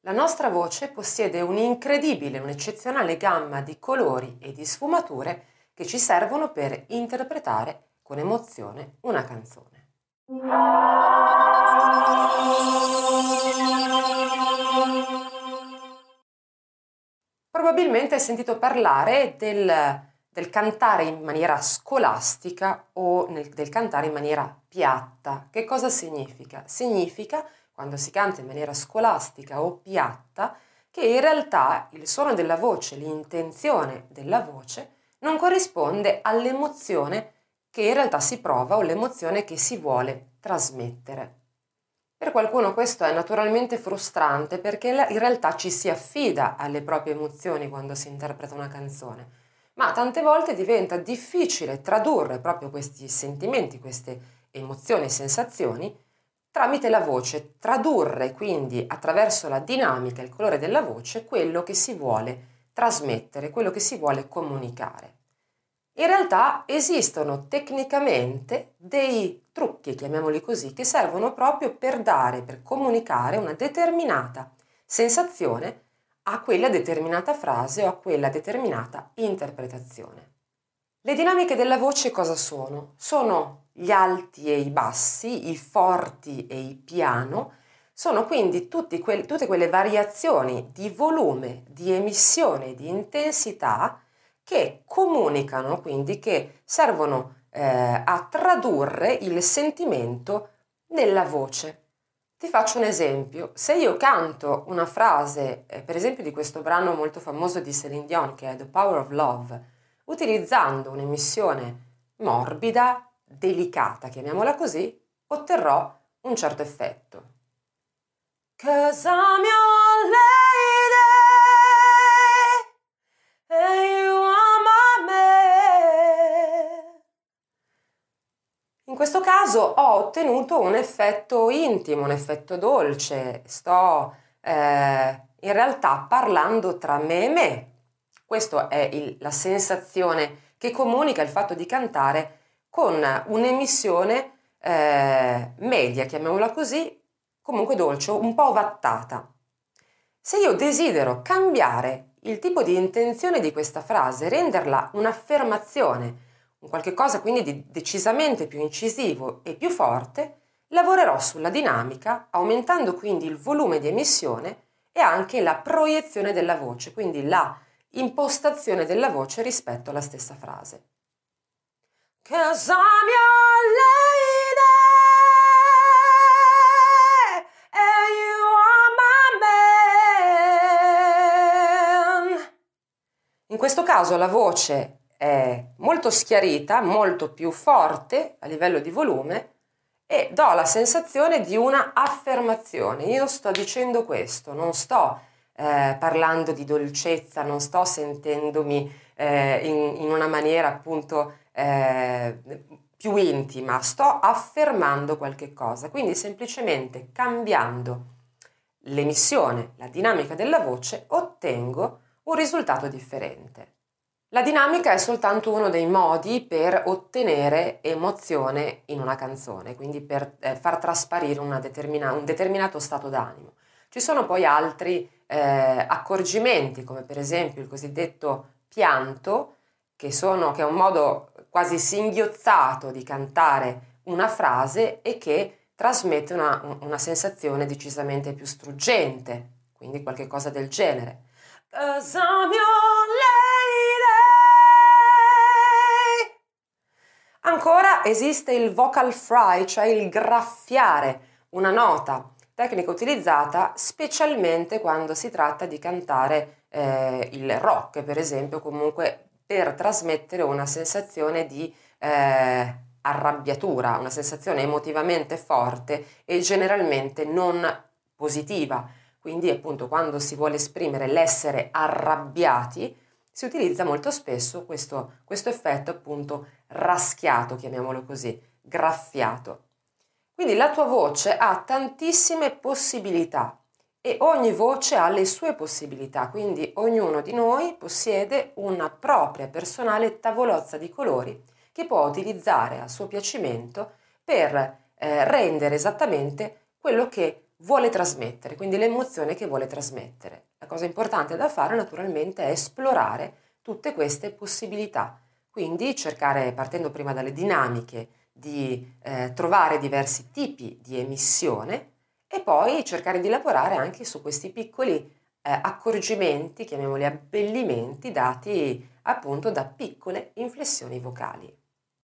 La nostra voce possiede un'incredibile, un'eccezionale gamma di colori e di sfumature che ci servono per interpretare con emozione una canzone. Probabilmente hai sentito parlare del cantare in maniera scolastica o del cantare in maniera piatta. Che cosa significa? Significa, quando si canta in maniera scolastica o piatta, che in realtà il suono della voce, l'intenzione della voce, non corrisponde all'emozione che in realtà si prova o l'emozione che si vuole trasmettere. Per qualcuno questo è naturalmente frustrante perché in realtà ci si affida alle proprie emozioni quando si interpreta una canzone, ma tante volte diventa difficile tradurre proprio questi sentimenti, queste emozioni e sensazioni tramite la voce, tradurre quindi attraverso la dinamica e il colore della voce quello che si vuole trasmettere, quello che si vuole comunicare. In realtà esistono tecnicamente dei trucchi, chiamiamoli così, che servono proprio per comunicare una determinata sensazione a quella determinata frase o a quella determinata interpretazione. Le dinamiche della voce cosa sono? Sono gli alti e i bassi, i forti e i piano, sono quindi tutte quelle variazioni di volume, di emissione, di intensità che comunicano, quindi che servono a tradurre il sentimento nella voce. Ti faccio un esempio. Se io canto una frase, per esempio di questo brano molto famoso di Céline Dion, che è The Power of Love, utilizzando un'emissione morbida, delicata, chiamiamola così, otterrò un certo effetto. 'Cause I'm your lady and you are my man. In questo caso ho ottenuto un effetto intimo, un effetto dolce, sto in realtà parlando tra me e me. Questa è la sensazione che comunica il fatto di cantare con un'emissione media, chiamiamola così, comunque dolce, un po' ovattata. Se io desidero cambiare il tipo di intenzione di questa frase, renderla un'affermazione, un qualche cosa quindi di decisamente più incisivo e più forte, lavorerò sulla dinamica, aumentando quindi il volume di emissione e anche la proiezione della voce, quindi la impostazione della voce rispetto alla stessa frase. 'Cause I'm your lady and you are my man. In questo caso la voce è molto schiarita, molto più forte a livello di volume e do la sensazione di una affermazione. Io sto dicendo questo, non sto parlando di dolcezza, non sto sentendomi in una maniera appunto più intima, sto affermando qualche cosa, quindi semplicemente cambiando l'emissione, la dinamica della voce, ottengo un risultato differente. La dinamica è soltanto uno dei modi per ottenere emozione in una canzone, quindi per far trasparire un determinato stato d'animo. Ci sono poi altri accorgimenti, come per esempio il cosiddetto pianto, che è un modo quasi singhiozzato di cantare una frase e che trasmette una sensazione decisamente più struggente, quindi qualche cosa del genere. 'Cause I'm your lady. Ancora esiste il vocal fry, cioè il graffiare una nota, tecnica utilizzata specialmente quando si tratta di cantare il rock, per esempio, comunque per trasmettere una sensazione di arrabbiatura, una sensazione emotivamente forte e generalmente non positiva. Quindi appunto quando si vuole esprimere l'essere arrabbiati si utilizza molto spesso questo effetto appunto raschiato, chiamiamolo così, graffiato. Quindi la tua voce ha tantissime possibilità e ogni voce ha le sue possibilità, quindi ognuno di noi possiede una propria personale tavolozza di colori che può utilizzare a suo piacimento per rendere esattamente quello che vuole trasmettere, quindi l'emozione che vuole trasmettere. La cosa importante da fare naturalmente è esplorare tutte queste possibilità, quindi cercare, partendo prima dalle dinamiche, di trovare diversi tipi di emissione e poi cercare di lavorare anche su questi piccoli accorgimenti, chiamiamoli abbellimenti, dati appunto da piccole inflessioni vocali.